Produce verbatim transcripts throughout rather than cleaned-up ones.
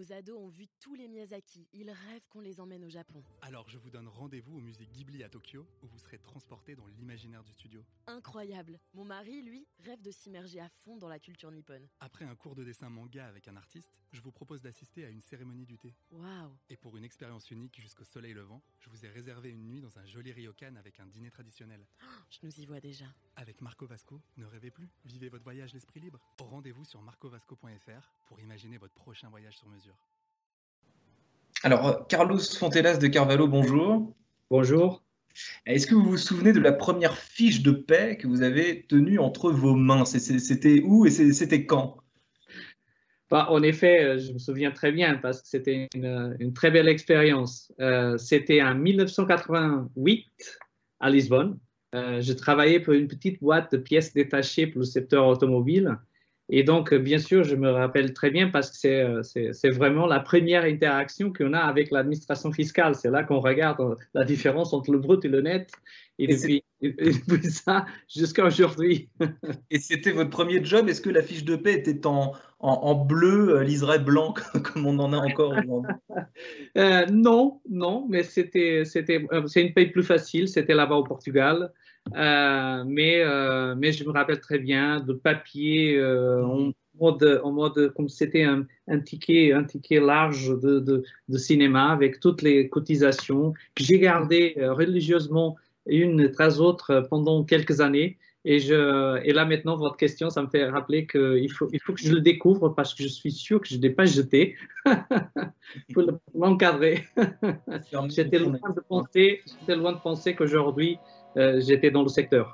Nos ados ont vu tous les Miyazaki. Ils rêvent qu'on les emmène au Japon. Alors je vous donne rendez-vous au musée Ghibli à Tokyo, où vous serez transportés dans l'imaginaire du studio. Incroyable. Mon mari, lui, rêve de s'immerger à fond dans la culture nippone. Après un cours de dessin manga avec un artiste, je vous propose d'assister à une cérémonie du thé. Waouh. Et pour une expérience unique jusqu'au soleil levant, je vous ai réservé une nuit dans un joli ryokan avec un dîner traditionnel. Oh, je nous y vois déjà. Avec Marco Vasco, ne rêvez plus, vivez votre voyage l'esprit libre. Rendez-vous sur marco vasco point f r pour imaginer votre prochain voyage sur mesure. Alors, Carlos Fontelas de Carvalho, bonjour. Bonjour. Est-ce que vous vous souvenez de la première fiche de paie que vous avez tenue entre vos mains? C'était où et c'était quand? Bah, en effet, je me souviens très bien parce que c'était une, une très belle expérience. Euh, c'était en mille neuf cent quatre-vingt-huit à Lisbonne. Euh, je travaillais pour une petite boîte de pièces détachées pour le secteur automobile. Et donc, bien sûr, je me rappelle très bien parce que c'est vraiment la première interaction qu'on a avec l'administration fiscale. C'est là qu'on regarde la différence entre le brut et le net. Et, et depuis, et depuis ça, jusqu'à aujourd'hui. Et c'était votre premier job? Est-ce que la fiche de paie était en, en, en bleu, liseré blanc, comme on en a encore aujourd'hui? euh, Non, non, mais c'était c'est une paie plus facile. C'était là-bas au Portugal. Euh, mais, euh, mais je me rappelle très bien de papier euh, en, mode, en mode comme c'était un, un, ticket, un ticket large de, de, de cinéma avec toutes les cotisations que j'ai gardé euh, religieusement une tras autre pendant quelques années. Et, je, et là maintenant, votre question, ça me fait rappeler qu'il faut, il faut que je le découvre parce que je suis sûr que je ne l'ai pas jeté pour l'encadrer. J'étais loin de penser, j'étais loin de penser qu'aujourd'hui, Euh, j'étais dans le secteur.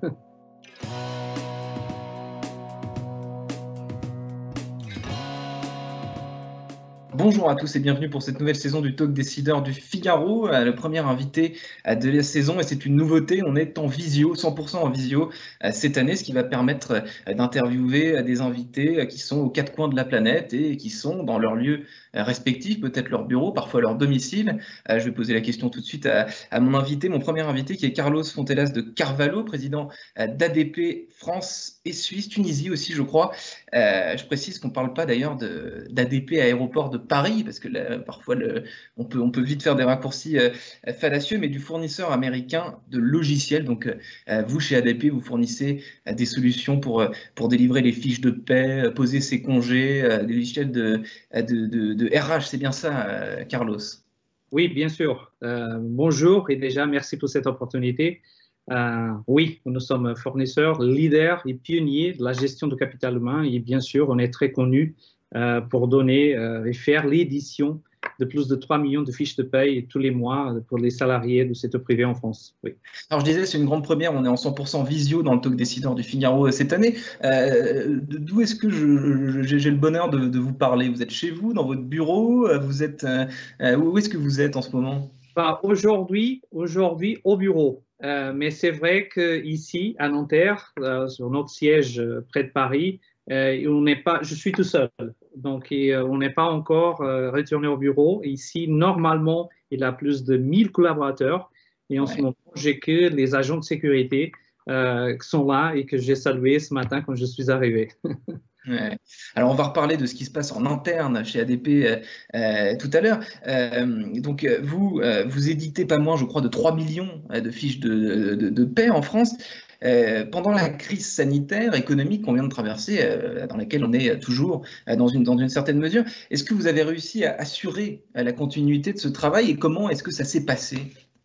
Bonjour à tous et bienvenue pour cette nouvelle saison du Talk Décideur du Figaro, le premier invité de la saison, et c'est une nouveauté, on est en visio, cent pour cent en visio cette année, ce qui va permettre d'interviewer des invités qui sont aux quatre coins de la planète et qui sont dans leur lieu respectifs, peut-être leur bureau, parfois leur domicile. Je vais poser la question tout de suite à, à mon invité, mon premier invité qui est Carlos Fontelas de Carvalho, président d'A D P France et Suisse, Tunisie aussi je crois. Euh, je précise qu'on ne parle pas d'ailleurs d'A D P Aéroport de Paris, parce que là, parfois le, on, peut, on peut vite faire des raccourcis euh, fallacieux, mais du fournisseur américain de logiciels. Donc euh, vous, chez A D P, vous fournissez euh, des solutions pour, euh, pour délivrer les fiches de paie, euh, poser ses congés, euh, des logiciels de, de, de, de R H, c'est bien ça, euh, Carlos? Oui, bien sûr. Euh, bonjour et déjà, merci pour cette opportunité. Euh, oui, nous sommes fournisseurs, leaders et pionniers de la gestion de capital humain et bien sûr, on est très connus euh, pour donner euh, et faire l'édition de plus de trois millions de fiches de paye tous les mois pour les salariés du secteur privé en France. Oui. Alors je disais, c'est une grande première, on est en cent pour cent visio dans le Talk Décideur du Figaro cette année. Euh, D'où est-ce que j'ai le bonheur de, de vous parler? Vous êtes chez vous, dans votre bureau? Vous êtes, euh, où est-ce que vous êtes en ce moment? Bah, aujourd'hui, aujourd'hui au bureau. Euh, mais c'est vrai qu'ici, à Nanterre, euh, sur notre siège euh, près de Paris, euh, on n'est pas, je suis tout seul. Donc, et, euh, on n'est pas encore euh, retourné au bureau. Ici, normalement, il y a plus de mille collaborateurs. Et en ouais. ce moment, j'ai que les agents de sécurité euh, qui sont là et que j'ai salués ce matin quand je suis arrivé. Ouais. Alors, on va reparler de ce qui se passe en interne chez A D P euh, euh, tout à l'heure. Euh, donc, vous, euh, vous éditez pas moins, je crois, de trois millions de fiches de, de, de paie en France. Euh, pendant la crise sanitaire, économique qu'on vient de traverser, euh, dans laquelle on est toujours euh, dans, une, dans une certaine mesure, est-ce que vous avez réussi à assurer euh, la continuité de ce travail et comment est-ce que ça s'est passé ?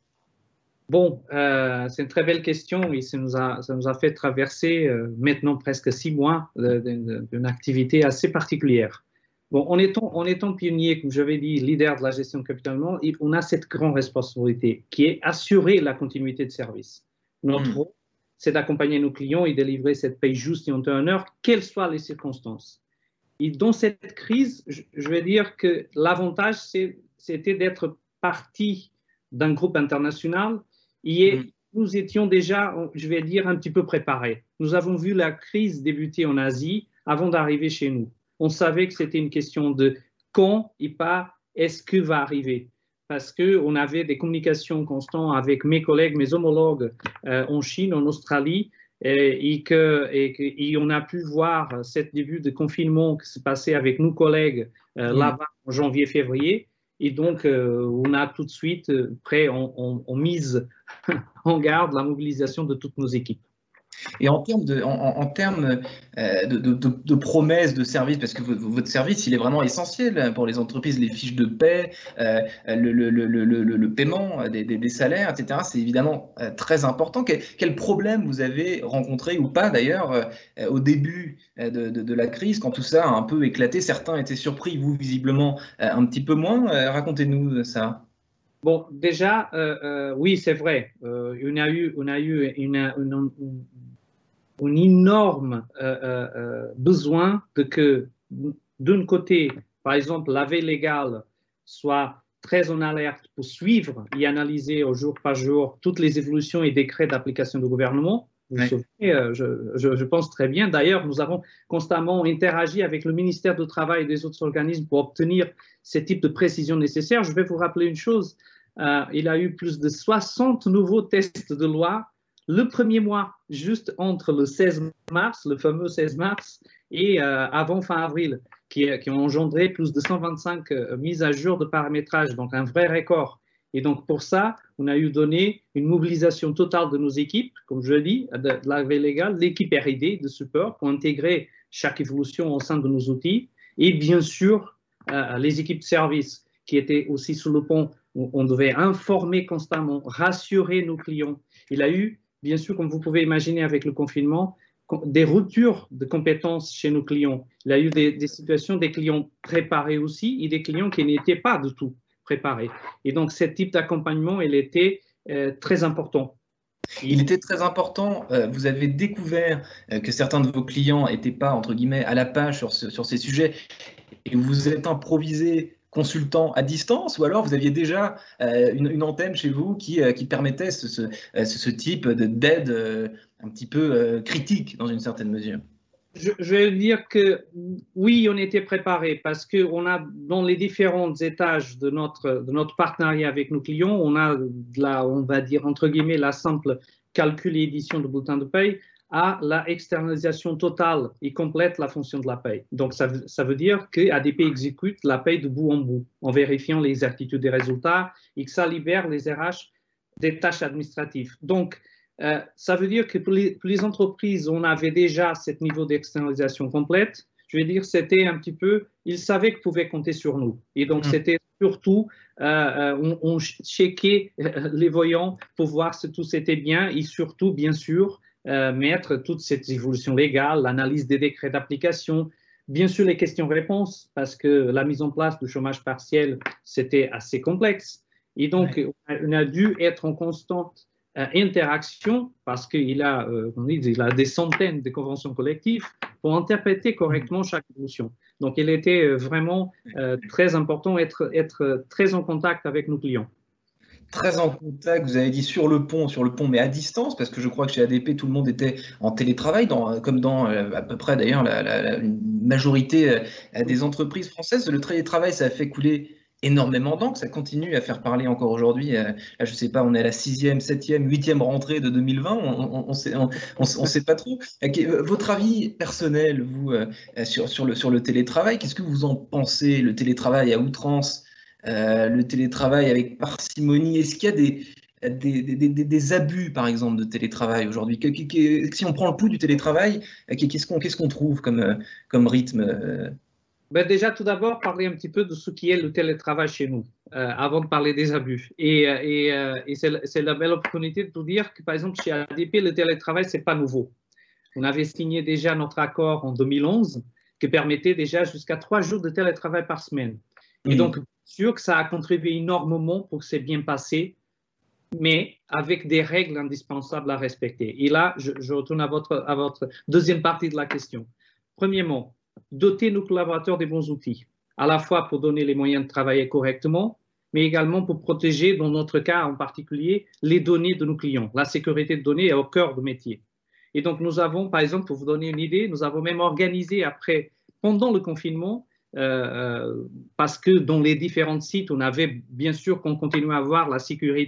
Bon, euh, c'est une très belle question et ça nous a, ça nous a fait traverser euh, maintenant presque six mois d'une activité assez particulière. Bon, en étant, en étant pionnier, comme j'avais dit, leader de la gestion de capital humain, on a cette grande responsabilité qui est assurer la continuité de service. Notre mmh. rôle, c'est d'accompagner nos clients et délivrer cette paye juste et en temps et en heure, quelles soient les circonstances. Et dans cette crise, je, je vais dire que l'avantage, c'était d'être parti d'un groupe international et mmh. nous étions déjà, je vais dire, un petit peu préparés. Nous avons vu la crise débuter en Asie avant d'arriver chez nous. On savait que c'était une question de quand et pas est-ce que va arriver. Parce qu'on avait des communications constantes avec mes collègues, mes homologues euh, en Chine, en Australie, et, et que et, que, et on a pu voir ce début de confinement qui s'est passé avec nos collègues euh, mmh. là-bas en janvier-février. Et donc, euh, on a tout de suite euh, prêt, on, on, on mise en garde la mobilisation de toutes nos équipes. Et en termes de, en, en termes euh, de, de, de, de promesses de service, parce que votre service, il est vraiment essentiel pour les entreprises, les fiches de paie, euh, le, le, le, le, le paiement des, des, des salaires, et cetera, c'est évidemment euh, très important. Quel, quel problème vous avez rencontré, ou pas d'ailleurs, euh, au début de, de, de la crise, quand tout ça a un peu éclaté? Certains étaient surpris, vous visiblement euh, un petit peu moins. Euh, racontez-nous ça. Bon, déjà, euh, euh, oui, c'est vrai. Euh, on a eu, on a eu une, une, une, un énorme euh, euh, besoin de que, d'un côté, par exemple, la veille légale soit très en alerte pour suivre et analyser au jour par jour toutes les évolutions et décrets d'application du gouvernement. Vous vous souvenez, euh, je, je, je pense très bien. D'ailleurs, nous avons constamment interagi avec le ministère du Travail et des autres organismes pour obtenir ce type de précision nécessaire. Je vais vous rappeler une chose. Euh, il y a eu plus de soixante nouveaux tests de loi le premier mois, juste entre le seize mars, le fameux seize mars, et euh, avant fin avril, qui, qui ont engendré plus de cent vingt-cinq euh, mises à jour de paramétrage, donc un vrai record. Et donc pour ça, on a eu donné une mobilisation totale de nos équipes, comme je l'ai dit, de, de la veille légale, l'équipe R et D de support pour intégrer chaque évolution au sein de nos outils, et bien sûr euh, les équipes de service qui étaient aussi sous le pont. On devait informer constamment, rassurer nos clients. Il y a eu, bien sûr, comme vous pouvez imaginer avec le confinement, des ruptures de compétences chez nos clients. Il y a eu des, des situations des clients préparés aussi et des clients qui n'étaient pas du tout préparés. Et donc, ce type d'accompagnement, il était euh, très important. Il était très important. Euh, vous avez découvert euh, que certains de vos clients n'étaient pas, entre guillemets, à la page sur, ce, sur ces sujets et vous êtes improvisé consultant à distance, ou alors vous aviez déjà euh, une, une antenne chez vous qui, euh, qui permettait ce, ce, ce, ce type d'aide euh, un petit peu euh, critique dans une certaine mesure? Je, je vais dire que oui, on était préparé parce qu'on a dans les différents étages de notre, de notre partenariat avec nos clients, on a la, on va dire entre guillemets la simple calcul et édition de bulletin de paye à la externalisation totale et complète de la fonction de la paye. Donc, ça, ça veut dire que A D P exécute la paye de bout en bout en vérifiant l'exactitude des résultats et que ça libère les R H des tâches administratives. Donc, euh, ça veut dire que pour les, pour les entreprises, on avait déjà ce niveau d'externalisation complète. Je veux dire, c'était un petit peu, ils savaient qu'ils pouvaient compter sur nous. Et donc, mmh. c'était surtout, euh, on, on checkait les voyants pour voir si tout était bien et surtout, bien sûr, Euh, mettre toute cette évolution légale, l'analyse des décrets d'application, bien sûr les questions-réponses, parce que la mise en place du chômage partiel, c'était assez complexe. Et donc, ouais. on a dû être en constante euh, interaction, parce qu'il a, euh, on dit, il a des centaines de conventions collectives pour interpréter correctement chaque évolution. Donc, il était vraiment euh, très important d'être être très en contact avec nos clients. Très en contact, vous avez dit sur le pont, sur le pont, mais à distance, parce que je crois que chez A D P, tout le monde était en télétravail, dans, comme dans euh, à peu près d'ailleurs la, la, la majorité euh, des entreprises françaises. Le télétravail, ça a fait couler énormément d'encre, ça continue à faire parler encore aujourd'hui. Euh, là, je sais pas, on est à la sixième, septième, huitième rentrée de deux mille vingt, on ne sait, on, on, on sait pas trop. Votre avis personnel, vous, euh, sur, sur, le, sur le télétravail, qu'est-ce que vous en pensez, le télétravail à outrance? Euh, le télétravail avec parcimonie, est-ce qu'il y a des, des, des, des, des abus, par exemple, de télétravail aujourd'hui? Si on prend le pouls du télétravail, qu'est-ce qu'on qu'est-ce qu'on trouve comme, comme rythme? Ben déjà, tout d'abord, parler un petit peu de ce qui est le télétravail chez nous, euh, avant de parler des abus. Et, et, et c'est la belle opportunité de vous dire que, par exemple, chez A D P, le télétravail, ce n'est pas nouveau. On avait signé déjà notre accord en deux mille onze qui permettait déjà jusqu'à trois jours de télétravail par semaine. Et donc, sûr que ça a contribué énormément pour que c'est bien passé, mais avec des règles indispensables à respecter. Et là, je, je retourne à votre, à votre deuxième partie de la question. Premièrement, doter nos collaborateurs des bons outils, à la fois pour donner les moyens de travailler correctement, mais également pour protéger, dans notre cas en particulier, les données de nos clients. La sécurité de données est au cœur du métier. Et donc, nous avons, par exemple, pour vous donner une idée, nous avons même organisé après, pendant le confinement, Euh, parce que dans les différents sites, on avait bien sûr qu'on continuait à avoir la sécurité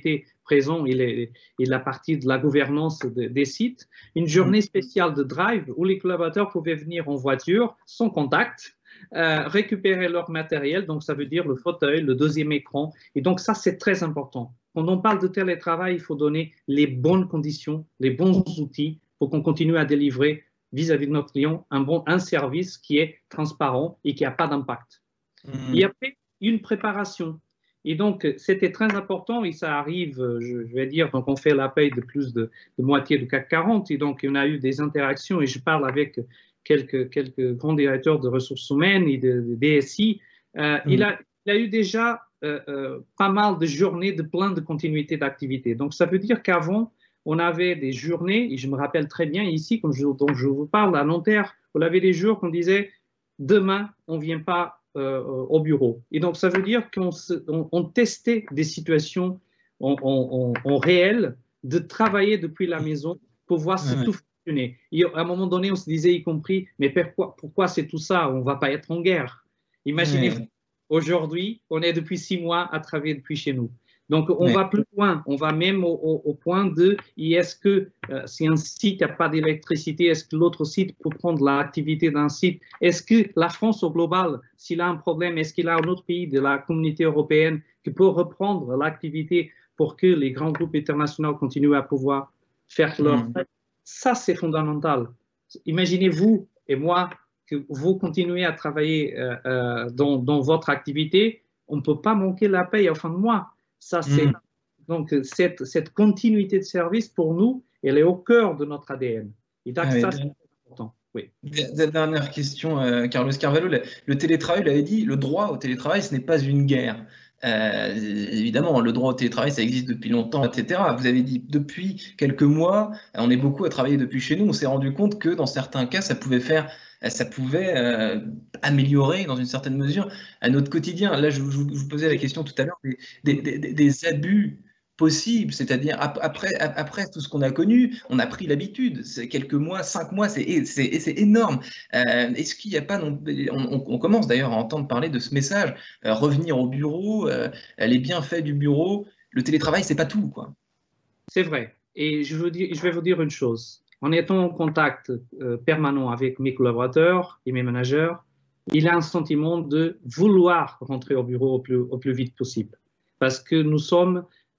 présent, il est, il est la partie de la gouvernance de, des sites. Une journée spéciale de drive où les collaborateurs pouvaient venir en voiture, sans contact, euh, récupérer leur matériel, donc ça veut dire le fauteuil, le deuxième écran. Et donc ça, c'est très important. Quand on parle de télétravail, il faut donner les bonnes conditions, les bons outils pour qu'on continue à délivrer vis-à-vis de notre client un, bon, un service qui est transparent et qui n'a pas d'impact. Mmh. Et après, une préparation. Et donc, c'était très important et ça arrive, je, je vais dire, donc on fait la paye de plus de, de moitié du C A C quarante et donc on a eu des interactions et je parle avec quelques, quelques grands directeurs de ressources humaines et de, de D S I. Euh, mmh. il, a, il a eu déjà euh, euh, pas mal de journées de plein de continuité d'activité. Donc, ça veut dire qu'avant, on avait des journées, et je me rappelle très bien ici, comme je, dont je vous parle, à Nanterre, on avait des jours qu'on disait demain, on ne vient pas euh, au bureau. Et donc, ça veut dire qu'on on, on testait des situations en, en, en, en réel, de travailler depuis la maison pour voir si ouais. tout fonctionnait. Et à un moment donné, on se disait, y compris, mais pourquoi, pourquoi c'est tout ça? On ne va pas être en guerre. Imaginez, ouais. aujourd'hui, on est depuis six mois à travailler depuis chez nous. Donc, on oui. va plus loin, on va même au, au, au point de, est-ce que euh, si un site n'a pas d'électricité, est-ce que l'autre site peut prendre l'activité d'un site? Est-ce que la France au global, s'il a un problème, est-ce qu'il a un autre pays de la communauté européenne qui peut reprendre l'activité pour que les grands groupes internationaux continuent à pouvoir faire leur... Mmh. Ça, c'est fondamental. Imaginez-vous et moi que vous continuez à travailler euh, euh, dans, dans votre activité, on ne peut pas manquer la paye en fin de mois. Ça, c'est, mmh. Donc, cette, cette continuité de service, pour nous, elle est au cœur de notre A D N. Et donc, ah, ça, oui. c'est important. Oui. Dernière question, euh, Carlos Carvalho. Le, le télétravail, vous l'avez dit, le droit au télétravail, ce n'est pas une guerre. Euh, évidemment, le droit au télétravail, ça existe depuis longtemps, et cetera. Vous avez dit, depuis quelques mois, on est beaucoup à travailler depuis chez nous. On s'est rendu compte que, dans certains cas, ça pouvait faire... ça pouvait euh, améliorer dans une certaine mesure à notre quotidien. Là, je, je, je vous posais la question tout à l'heure des, des, des, des abus possibles, c'est-à-dire après, après tout ce qu'on a connu, on a pris l'habitude. Quelques mois, cinq mois, c'est énorme. Euh, Est-ce qu'il n'y a pas, non, on, on commence d'ailleurs à entendre parler de ce message, euh, revenir au bureau, euh, les bienfaits du bureau. Le télétravail, c'est pas tout, quoi. C'est vrai. Et je, veux dire, je vais vous dire une chose. En étant en contact euh, permanent avec mes collaborateurs et mes managers, il a un sentiment de vouloir rentrer au bureau au plus, au plus vite possible. Parce que nous sommes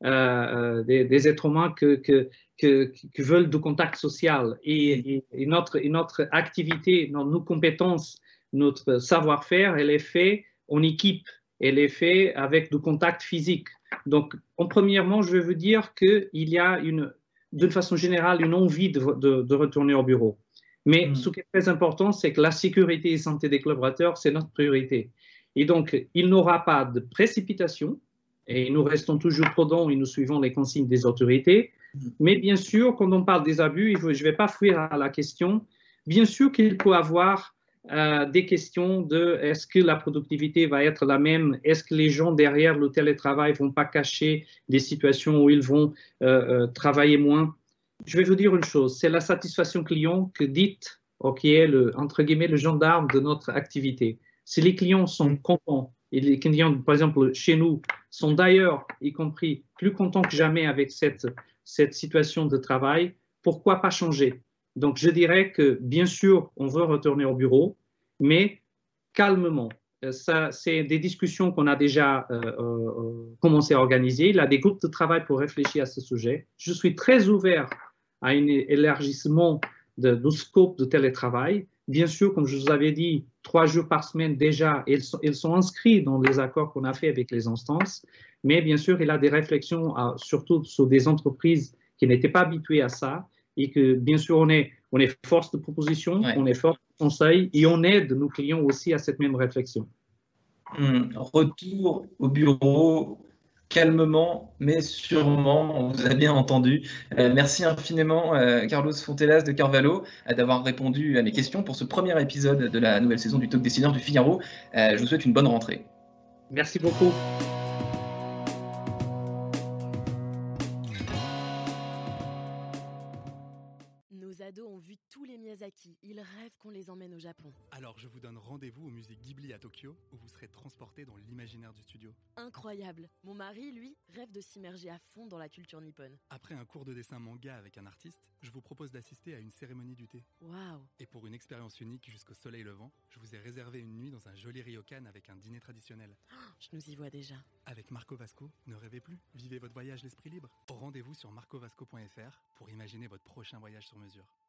euh, des, des êtres humains que, que, que, qui veulent du contact social. Et, et, et, notre, et notre activité, nos, nos compétences, notre savoir-faire, elle est faite en équipe. Elle est faite avec du contact physique. Donc, en premièrement, je vais vous dire qu'il y a une... d'une façon générale, une envie de, de, de retourner au bureau. Mais mmh. ce qui est très important, c'est que la sécurité et santé des collaborateurs, c'est notre priorité. Et donc, il n'y aura pas de précipitation, et nous restons toujours prudents et nous suivons les consignes des autorités. Mmh. Mais bien sûr, quand on parle des abus, je ne vais pas fuir à la question, bien sûr qu'il peut y avoir euh, des questions de est-ce que la productivité va être la même, est-ce que les gens derrière le télétravail ne vont pas cacher des situations où ils vont euh, euh, travailler moins. Je vais vous dire une chose, c'est la satisfaction client que dites, oh, qui est le, entre guillemets, le gendarme de notre activité. Si les clients sont contents, et les clients, par exemple, chez nous, sont d'ailleurs, y compris, plus contents que jamais avec cette, cette situation de travail, pourquoi pas changer? Donc, je dirais que, bien sûr, on veut retourner au bureau, mais calmement. Ça, c'est des discussions qu'on a déjà euh, euh, commencé à organiser. Il y a des groupes de travail pour réfléchir à ce sujet. Je suis très ouvert à un élargissement de, du scope de télétravail. Bien sûr, comme je vous avais dit, trois jours par semaine déjà, ils sont, ils sont inscrits dans les accords qu'on a fait avec les instances. Mais bien sûr, il y a des réflexions, à, surtout sur des entreprises qui n'étaient pas habituées à ça. Et que, bien sûr, on est, on est force de proposition, ouais. on est force de conseil et on aide nos clients aussi à cette même réflexion. Hum, retour au bureau, calmement, mais sûrement, on vous a bien entendu. Euh, merci infiniment, euh, Carlos Fontelas de Carvalho, euh, d'avoir répondu à mes questions pour ce premier épisode de la nouvelle saison du Talk Décideur du Figaro. Euh, je vous souhaite une bonne rentrée. Merci beaucoup. Nos ados ont vu tous les mieux Miyazaki, il rêve qu'on les emmène au Japon. Alors je vous donne rendez-vous au musée Ghibli à Tokyo, où vous serez transporté dans l'imaginaire du studio. Incroyable. Mon mari, lui, rêve de s'immerger à fond dans la culture nippone. Après un cours de dessin manga avec un artiste, je vous propose d'assister à une cérémonie du thé. Waouh. Et pour une expérience unique jusqu'au soleil levant, je vous ai réservé une nuit dans un joli ryokan avec un dîner traditionnel. Oh, je nous y vois déjà. Avec Marco Vasco, ne rêvez plus, vivez votre voyage l'esprit libre. Rendez-vous sur marco vasco point f r pour imaginer votre prochain voyage sur mesure.